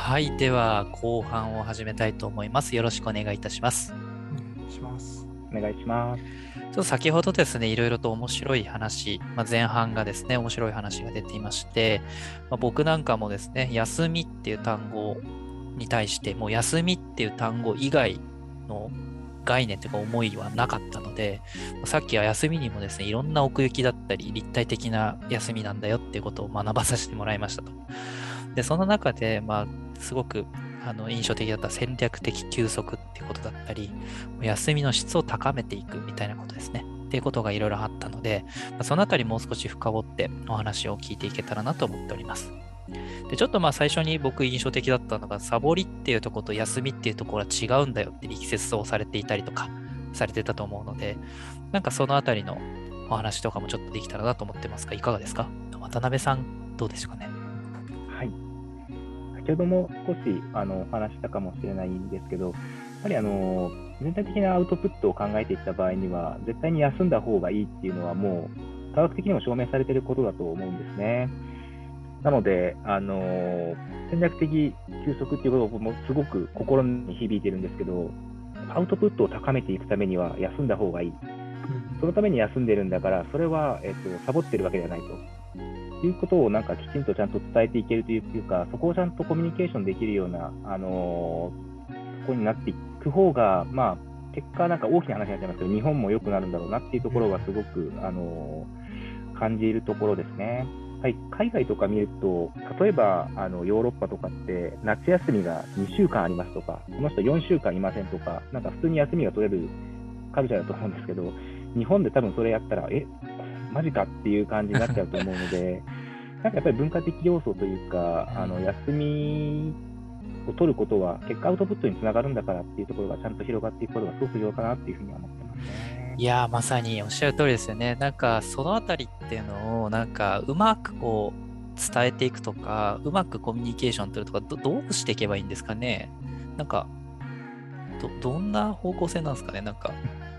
はい、では後半を始めたいと思います。よろしくお願いいたします。 お願いします。 お願いします。 ちょっと先ほどですね、いろいろと面白い話、前半がですね、面白い話が出ていまして、僕なんかもですね、休みっていう単語に対して、もう休みっていう単語以外の概念というか思いはなかったので、さっきは休みにもですね、いろんな奥行きだったり、立体的な休みなんだよっていうことを学ばさせてもらいましたと。で、その中で、すごく印象的だった戦略的休息っていうことだったり、休みの質を高めていくみたいなことですね。っていうことがいろいろあったので、そのあたりもう少し深掘ってお話を聞いていけたらなと思っております。で、ちょっと最初に僕印象的だったのが、サボりっていうところと休みっていうところは違うんだよって力説をされていたりとか、されてたと思うので、なんかそのあたりのお話とかもちょっとできたらなと思ってますが、いかがですか？渡辺さん、どうでしょうかね。 はい。先ほども少しお話したかもしれないんですけど、やっぱり全体的なアウトプットを考えていった場合には、絶対に休んだ方がいいっていうのはもう科学的にも証明されていることだと思うんですね。なので、戦略的休息っていうこともすごく心に響いてるんですけど、アウトプットを高めていくためには休んだ方がいい。そのために休んでるんだから、それは、サボってるわけではないということをなんかきちんとちゃんと伝えていけるというか、そこをちゃんとコミュニケーションできるような、そこになっていく方が、結果なんか大きな話になっちゃいますけど、日本も良くなるんだろうなっていうところはすごく、感じるところですね。はい、海外とか見ると、例えばヨーロッパとかって夏休みが2週間ありますとか、この人4週間いませんとか、なんか普通に休みが取れるカルチャーだと思うんですけど、日本で多分それやったら、マジかっていう感じになっちゃうと思うので、なんかやっぱり文化的要素というか、休みを取ることは結果アウトプットにつながるんだからっていうところがちゃんと広がっていくことがすごく重要かなっていうふうには思ってますね。 いやー、まさにおっしゃる通りですよね。なんかそのあたりっていうのをなんかうまく伝えていくとか、うまくコミュニケーション取るとか、どうしていけばいいんですかね。なんかどんな方向性なんですかね。なんか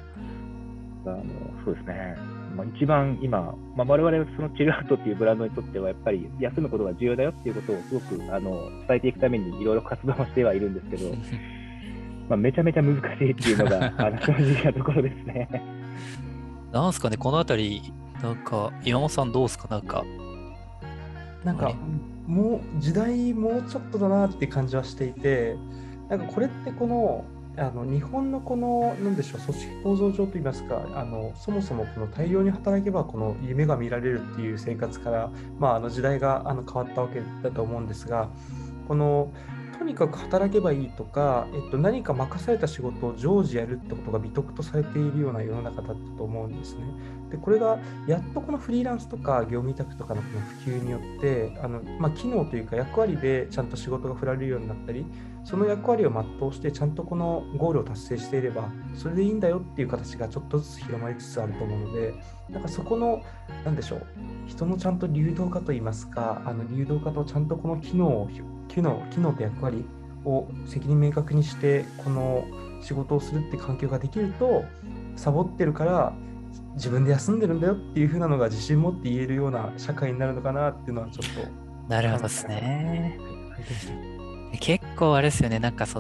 そうですね。一番今、我々そのチルアウトっていうブランドにとってはやっぱり休むことが重要だよっていうことをすごく伝えていくためにいろいろ活動をしてはいるんですけど、めちゃめちゃ難しいっていうのが正直なところですね。 なんすかね、このあたり、なんか岩本さんどうですか。 なんかもう時代もうちょっとだなって感じはしていて、なんかこれって日本のなんでしょう、組織構造上といいますか、そもそもこの大量に働けばこの夢が見られるっていう生活から、時代が変わったわけだと思うんですが、とにかく働けばいいとか、何か任された仕事を常時やるってことが美徳とされているような世の中だったと思うんですね。で、これがやっとこのフリーランスとか業務委託とかのこの普及によって機能というか役割でちゃんと仕事が振られるようになったり、その役割を全うしてちゃんとこのゴールを達成していればそれでいいんだよっていう形がちょっとずつ広まりつつあると思うので、なんかそこのなんでしょう、人のちゃんと流動化といいますか、流動化とちゃんとこの機能と役割を責任明確にしてこの仕事をするって環境ができると、サボってるから自分で休んでるんだよっていう風なのが自信持って言えるような社会になるのかなっていうのはちょっとなるほどですね。結構あれですよね。なんか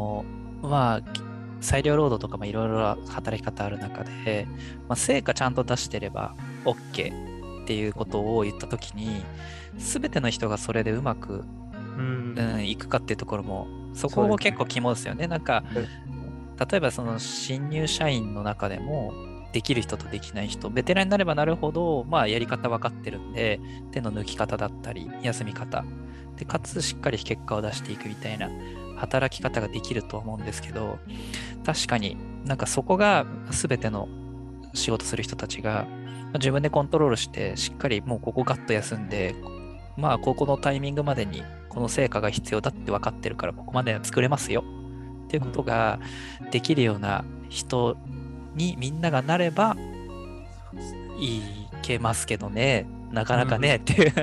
裁量労働とかもいろいろ働き方ある中で、成果ちゃんと出してれば OK っていうことを言ったときに、すべての人がそれでうまく、いくかっていうところも、そこも結構肝ですよね。なんか、例えばその新入社員の中でも、できる人とできない人、ベテランになればなるほど、やり方分かってるんで、手の抜き方だったり、休み方、でかつしっかり結果を出していくみたいな働き方ができると思うんですけど、確かになんかそこが全ての仕事する人たちが自分でコントロールしてしっかりもうここガッと休んで、ここのタイミングまでにこの成果が必要だって分かってるからここまで作れますよっていうことができるような人にみんながなればいけますけどね、なかなかねっていう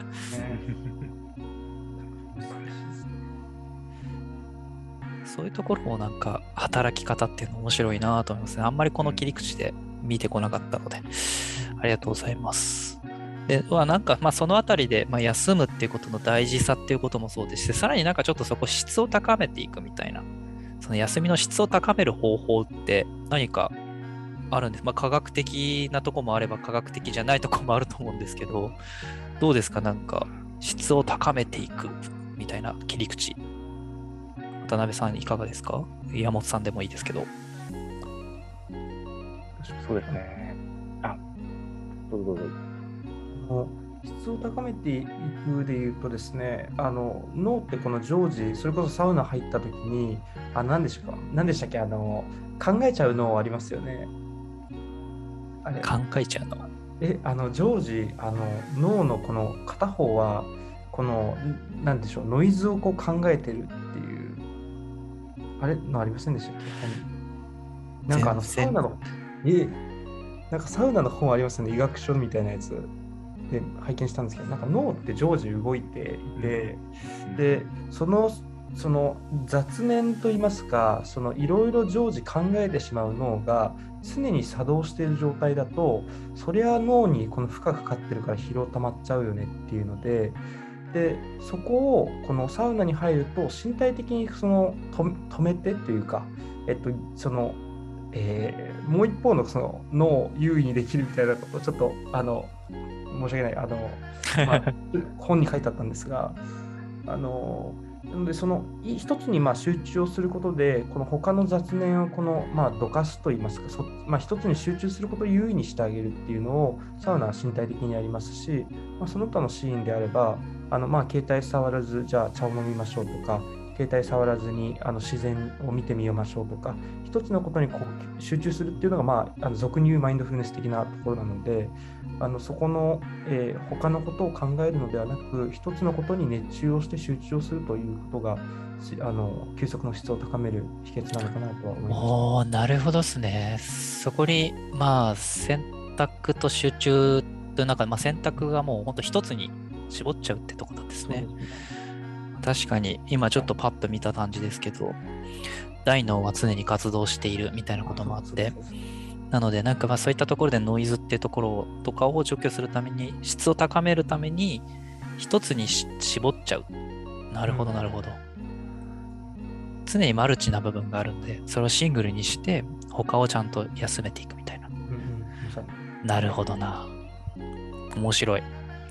そういうところもなんか働き方っていうの面白いなと思いますね。あんまりこの切り口で見てこなかったので、ありがとうございます。 で、なんか、そのあたりで、休むっていうことの大事さっていうこともそうですし、さらになんかちょっとそこ質を高めていくみたいな、その休みの質を高める方法って何かあるんです。科学的なとこもあれば科学的じゃないとこもあると思うんですけど、どうですか？なんか質を高めていくみたいな切り口。渡辺さんいかがですか？山本さんでもいいですけど。 そうですね。どうぞどうぞ。 質を高めていくでいうとですね、脳ってこの常時、それこそサウナ入った時に、何でしたっけ、考えちゃう脳ありますよね。あれ、 考えちゃうの？ 常時、脳のこの片方は、この、なんでしょう、ノイズをこう考えてるっていう、あれのありませんでしたっけ？なんかサウナの、なんかサウナの本ありますよね、医学書みたいなやつで拝見したんですけど、なんか脳って常時動いていて、で、その雑念といいますか、いろいろ常時考えてしまう脳が常に作動している状態だと、そりゃ脳にこの負荷かかってるから疲労溜まっちゃうよねっていうので、そこをこのサウナに入ると身体的に止めてというか、もう一方の脳を優位にできるみたいなことをちょっと申し訳ない本に書いてあったんですが、なので一つに集中をすることでこの他の雑念をどかすといいますか、一つに集中することを優位にしてあげるっていうのをサウナは身体的にやりますし、その他のシーンであれば携帯触らずじゃあ茶を飲みましょうとか、携帯触らずに自然を見てみましょうとか、一つのことに集中するっていうのが、俗に言うマインドフルネス的なところなので、そこの、他のことを考えるのではなく、一つのことに熱中をして集中をするということが休息の質を高める秘訣なのかなとは思いました。なるほどですね。そこに選択と集中という中で、選択がもう本当一つに絞っちゃうってところですね。確かに今ちょっとパッと見た感じですけど、大脳は常に活動しているみたいなこともあって、なのでなんかそういったところでノイズっていうところとかを除去するために、質を高めるために一つに絞っちゃう。なるほどなるほど。常にマルチな部分があるんで、それをシングルにして他をちゃんと休めていくみたいな。なるほどな。面白い。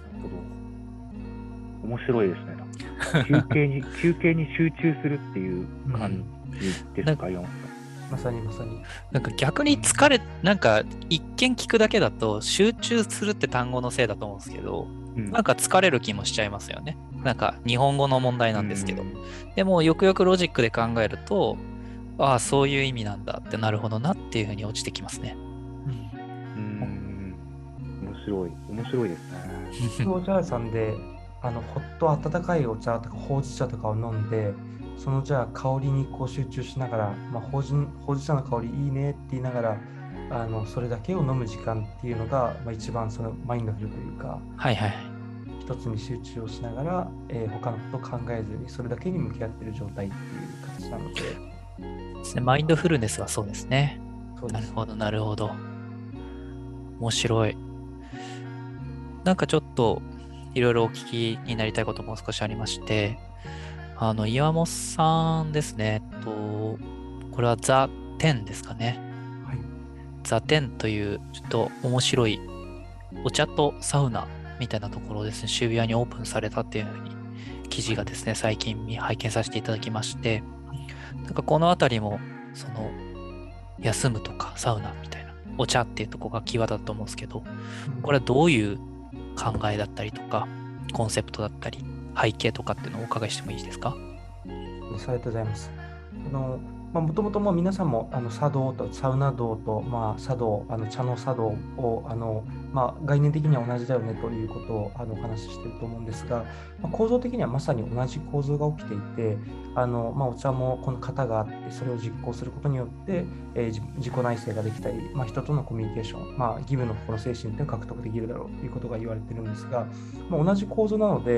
面白いですね。休憩に集中するっていう感じですか、4 まさにまさに。 なんか逆になんか一見聞くだけだと集中するって単語のせいだと思うんですけど、なんか疲れる気もしちゃいますよね。なんか日本語の問題なんですけど。でもよくよくロジックで考えると、ああ、そういう意味なんだって、なるほどなっていうふうに落ちてきますね。 面白いですね。 お茶屋さんでほっと温かいお茶とかほうじ茶とかを飲んで、じゃあ香りに集中しながら、ほうじ茶の香りいいねって言いながらそれだけを飲む時間っていうのが、一番マインドフルというか、一つに集中をしながら、他のことを考えずにそれだけに向き合っている状態っていう形なのでですね。マインドフルネスはそうですね。なるほどなるほど。面白い。なんかちょっといろいろお聞きになりたいことも少しありまして、岩本さんですね。これはザ・テンですかね。 はい。 ザ・テンというちょっと面白いお茶とサウナみたいなところをですね、渋谷にオープンされたっていうふうに記事がですね、最近拝見させていただきまして、なんかこのあたりも、休むとかサウナみたいな、お茶っていうところがキーワードだと思うんですけど、これはどういう考えだったりとか、コンセプトだったり、背景とかっていうのをお伺いしてもいいですか？ ありがとうございます。もともと皆さんも茶道とサウナ道と、茶道茶の茶道を概念的には同じだよねということをお話ししていると思うんですが、構造的にはまさに同じ構造が起きていて、お茶もこの型があってそれを実行することによって、自己内省ができたり、人とのコミュニケーション、義務のこの精神っていうのを獲得できるだろうということが言われているんですが、同じ構造なので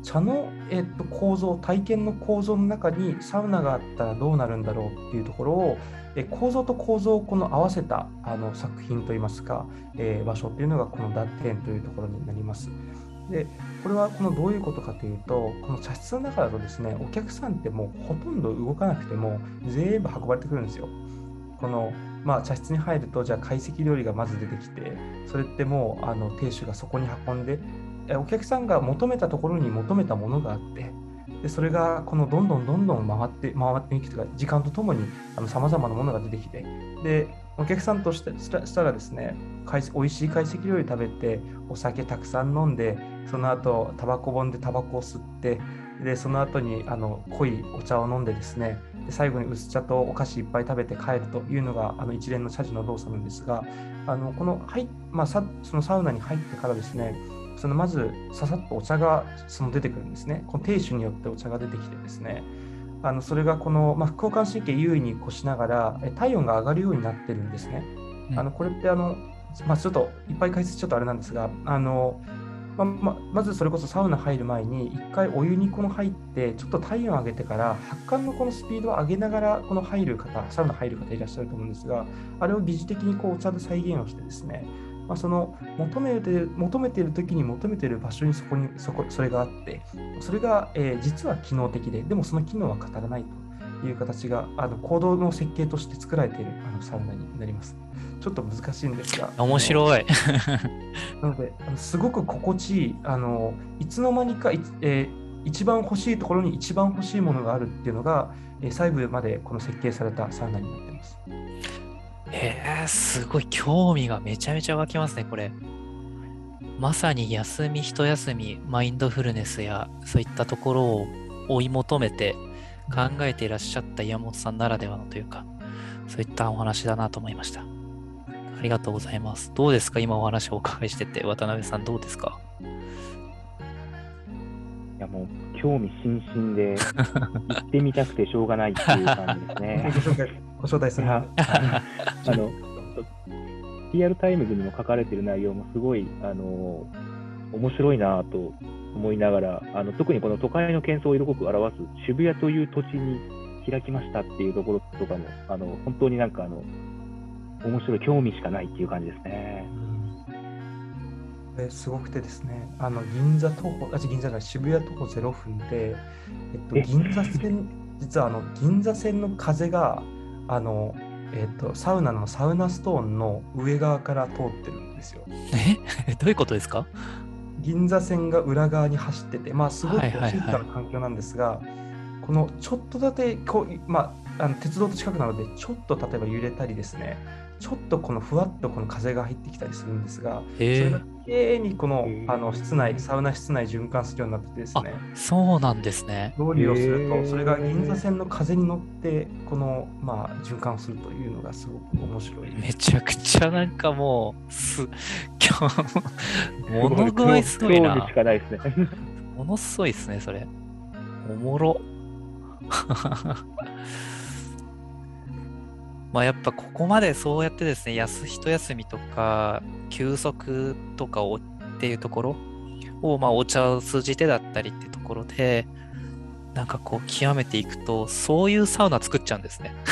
茶の、構造、体験の構造の中にサウナがあったらどうなるんだろうっていうところを、構造と構造をこの合わせた作品といいますか、場所っていうのがこのダテンというところになります。で、これはこのどういうことかというと、この茶室の中だとですね、お客さんってもうほとんど動かなくても全部運ばれてくるんですよ。この茶室に入ると、じゃあ懐石料理がまず出てきて、それってもう亭主がそこに運んで、お客さんが求めたところに求めたものがあって、でそれがこのどんどん回っていくというか、時間とともにさまざまなものが出てきて、でお客さんとしたらですね、美味しい懐石料理食べて、お酒たくさん飲んで、その後タバコ本でタバコを吸って、でその後に濃いお茶を飲んでですね、で最後に薄茶とお菓子いっぱい食べて帰るというのが一連の茶事の動作なんですが、このそのサウナに入ってからですね、まずささっとお茶が出てくるんですね。この亭主によってお茶が出てきてですね、それがこの、副交感神経優位に越しながら体温が上がるようになってるんですね。これってちょっといっぱい解説ちょっとあれなんですが、まずそれこそサウナ入る前に一回お湯に入ってちょっと体温を上げてから発汗のこのスピードを上げながらサウナ入る方いらっしゃると思うんですが、あれを疑似的にお茶で再現をしてですね、その求めている時に求めている場所にそれがあって、それが、実は機能的でもその機能は語らないという形が行動の設計として作られているサウナになります。ちょっと難しいんですが、 面白い。 なので、すごく心地いい、いつの間にか一番欲しいところに一番欲しいものがあるっていうのが、細部までこの設計されたサウナになっています。 すごい興味がめちゃめちゃ湧きますね、これ。まさに休み、一休み、マインドフルネスやそういったところを追い求めて考えていらっしゃった岩本さんならではのというか、そういったお話だなと思いました。ありがとうございます。どうですか、今お話をお伺いしてて、渡辺さんどうですか？ いや、もう興味津々で行ってみたくてしょうがないっていう感じですね。 ご招待する。 PR タイムズにも書かれている内容もすごい面白いなと思いながら、特にこの都会の喧騒を色濃く表す渋谷という土地に開きましたっていうところとかも本当に面白い、興味しかないっていう感じですね。 すごくてですね、渋谷徒歩0分で、銀座線、実は銀座線の風がサウナのサウナストーンの上側から通ってるんですよ。 どういうことですか？ 銀座線が裏側に走ってて、すごく静かな環境なんですが、このちょっとだけ鉄道と近くなので、ちょっと例えば揺れたりですね、ちょっとふわっと風が入ってきたりするんですが、それがきれいにサウナ室内循環するようになっててですね。 そうなんですね。 料理をすると、それが銀座線の風に乗って循環するというのがすごく面白い。 めちゃくちゃもう物具合すごいな。 興味しかないですね。 ものすごいですね、それ。おもろ。やっぱここまでそうやってですね、一休みとか休息とかっていうところをお茶を通じてだったりっていうところで極めていくと、そういうサウナ作っちゃうんですね。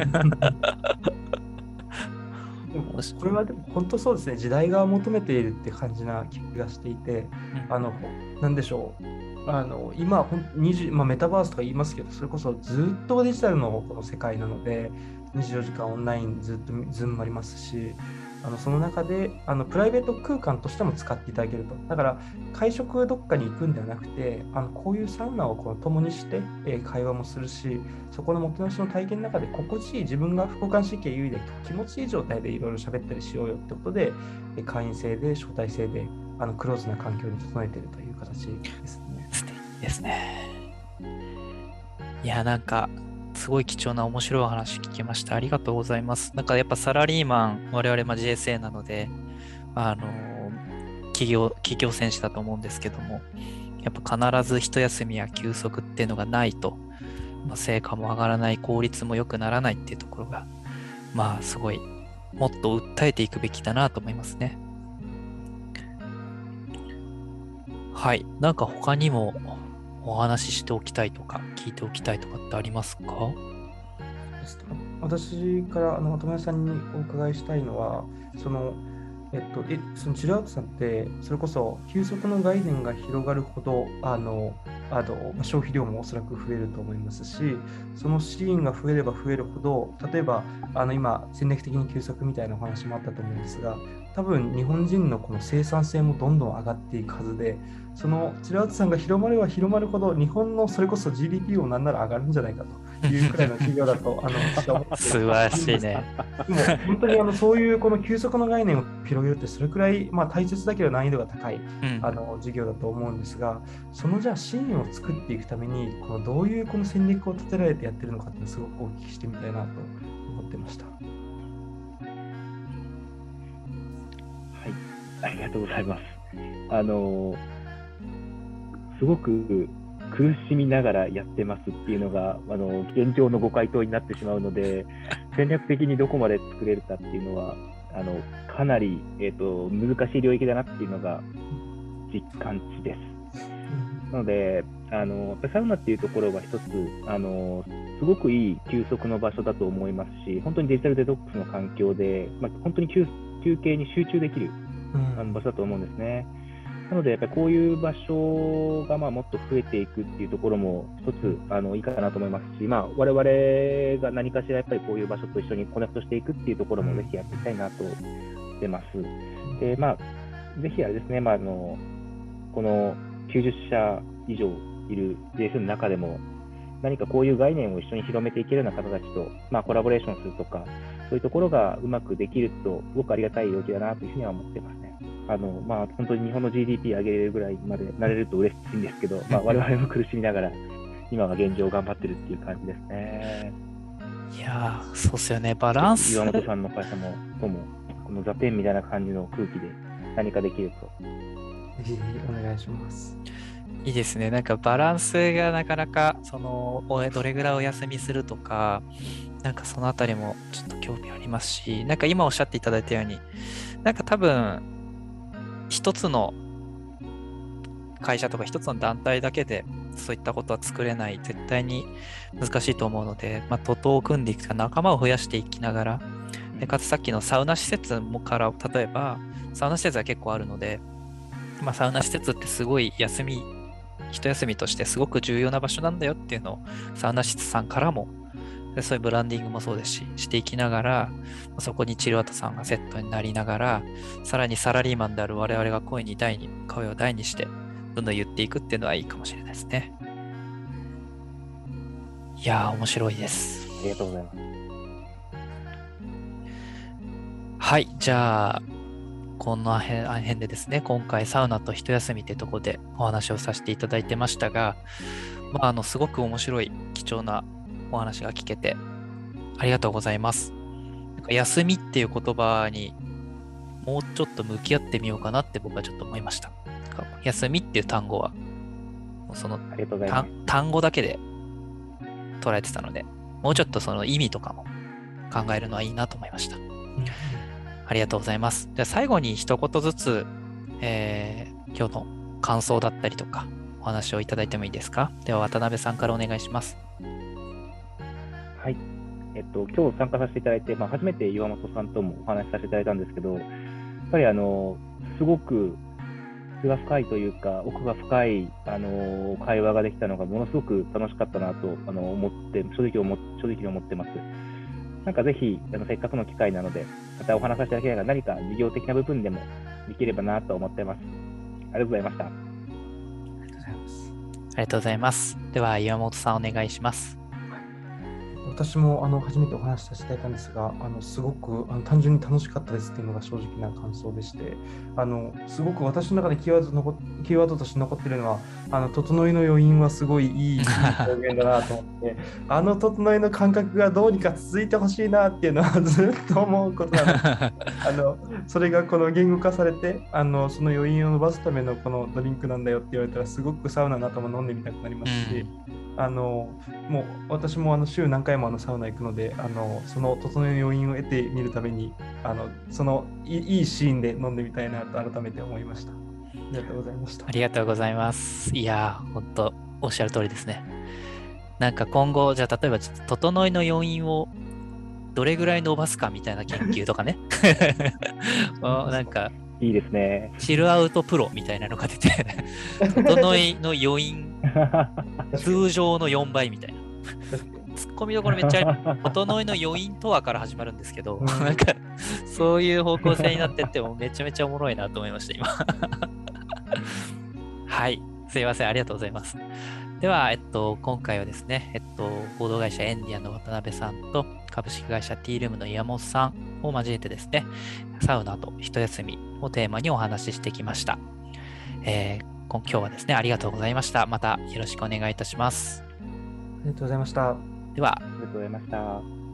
これはでも本当そうですね、時代が求めているって感じな気がしていて、なんでしょう、今メタバースとか言いますけど、それこそずっとデジタルのこの世界なので、24時間オンラインずっとズームもありますし、その中でプライベート空間としても使っていただけると。だから会食どっかに行くんではなくて、こういうサウナを共にして、会話もするし、そこのもてなしの体験の中で心地いい、自分が副交感神経優位で気持ちいい状態でいろいろ喋ったりしようよってことで、会員制で招待制でクローズな環境に整えているという形ですね。 素敵ですね。いや、すごい貴重な面白いお話聞きました。ありがとうございます。やっぱサラリーマン、我々JSA なので、企業戦士だと思うんですけども、やっぱ必ず一休みや休息っていうのがないと、成果も上がらない、効率も良くならないっていうところが、すごい、もっと訴えていくべきだなと思いますね。はい。他にもお話ししておきたいとか、聞いておきたいとかってありますか？ 私から渡辺さんにお伺いしたいのは、そのチルアウトさんって、それこそ休息の概念が広がるほど、消費量もおそらく増えると思いますし、そのシーンが増えれば増えるほど、例えば今、戦略的に休息みたいなお話もあったと思うんですが、多分日本人のこの生産性もどんどん上がっていくはずで、そのチルアウトさんが広まれば広まるほど、日本のそれこそ GDP もなんなら上がるんじゃないかというくらいの企業だと私は思ってます。 素晴らしいね。 でも本当にそういうこの休息の概念を広げるってそれくらい大切だけど難易度が高い事業だと思うんですが、そのじゃあシーンを作っていくためにどういうこの戦略を立てられてやってるのかってすごくお聞きしてみたいなと思ってました。はい、ありがとうございます。すごく苦しみながらやってますっていうのが現状のご回答になってしまうので、戦略的にどこまで作れるかっていうのはかなり、難しい領域だなっていうのが実感値です。なのでサウナっていうところは一つすごくいい休息の場所だと思いますし、本当にデジタルデトックスの環境で、本当に休憩に集中できる場所だと思うんですね。なので、やっぱりこういう場所がもっと増えていくっていうところも一ついいかなと思いますし、我々が何かしらやっぱりこういう場所と一緒にコネクトしていくっていうところもぜひやっていきたいなと思ってます。で、ぜひあれですね、この90社以上いる JS の中でも、何かこういう概念を一緒に広めていけるような方たちと、コラボレーションするとか、そういうところがうまくできると、すごくありがたい領域だなというふうには思ってますね。本当に日本の GDP 上げれるぐらいまでなれると嬉しいんですけど、我々も苦しみながら、今は現状頑張ってるっていう感じですね。 いやー、そうっすよね、バランス。 岩本さんの会社も、このザ・ペンみたいな感じの空気で何かできると。 ぜひお願いします。 いいですね。なんかバランスがなかなかどれぐらいお休みするとか、なんかそのあたりもちょっと興味ありますし、なんか今おっしゃっていただいたように、なんか多分一つの会社とか一つの団体だけでそういったことは作れない、絶対に難しいと思うので、徒党を組んでいくか、仲間を増やしていきながら、でかつさっきのサウナ施設もから例えばサウナ施設は結構あるので、サウナ施設ってすごい一休みとしてすごく重要な場所なんだよっていうのをサウナ施設さんからも、そういうブランディングもそうですし、していきながら、そこにチルアウトさんがセットになりながら、さらにサラリーマンである我々が声を大にして、どんどん言っていくっていうのはいいかもしれないですね。いやー、面白いです。 ありがとうございます。 はい、じゃあ、この辺でですね、今回サウナと一休みってとこでお話をさせていただいてましたが、すごく面白い貴重なお話が聞けてありがとうございます。休みっていう言葉にもうちょっと向き合ってみようかなって僕はちょっと思いました。休みっていう単語はその単語だけで捉えてたので、もうちょっとその意味とかも考えるのはいいなと思いました。ありがとうございます。じゃあ最後に一言ずつ、今日の感想だったりとかお話をいただいてもいいですか？では渡辺さんからお願いします。 はい。今日参加させていただいて、初めて岩本さんともお話しさせていただいたんですけど、やっぱりすごく質が深いというか、奥が深い会話ができたのがものすごく楽しかったなと思って、正直に思ってます。なんかぜひせっかくの機会なので、またお話しさせていただければ何か事業的な部分でもできればなと思っています。ありがとうございました。 ありがとうございます。では岩本さんお願いします。 私も初めてお話しさせていただいたんですが、すごく単純に楽しかったですっていうのが正直な感想でして、すごく私の中でキーワードとして残っているのは、整いの余韻はすごいいい表現だなと思って、整いの感覚がどうにか続いてほしいなっていうのはずっと思うことなので、それがこの言語化されて、その余韻を伸ばすためのこのドリンクなんだよって言われたら、すごくサウナの後も飲んでみたくなりますし、もう私も週何回もサウナ行くので、その整いの余韻を得てみるためにそのいいシーンで飲んでみたいなと改めて思いました。ありがとうございました。 ありがとうございます。いやー、本当おっしゃる通りですね。なんか今後、じゃあ例えばちょっと整いの要因をどれぐらい伸ばすかみたいな研究とかね。なんか、 いいですね。 チルアウトプロみたいなのが出て、整いの余韻、通常の4倍みたいな。ツッコミどころめっちゃある。整いの余韻とはから始まるんですけど、なんか、そういう方向性になってってもめちゃめちゃおもろいなと思いました、今。はい。すいません。ありがとうございます。では、今回はですね、合同会社エンディアの渡辺さんと株式会社ティールームの岩本さんを交えてですね、サウナと一休みをテーマにお話ししてきました。今日はですね、ありがとうございました。またよろしくお願いいたします。 ありがとうございました。 では、 ありがとうございました。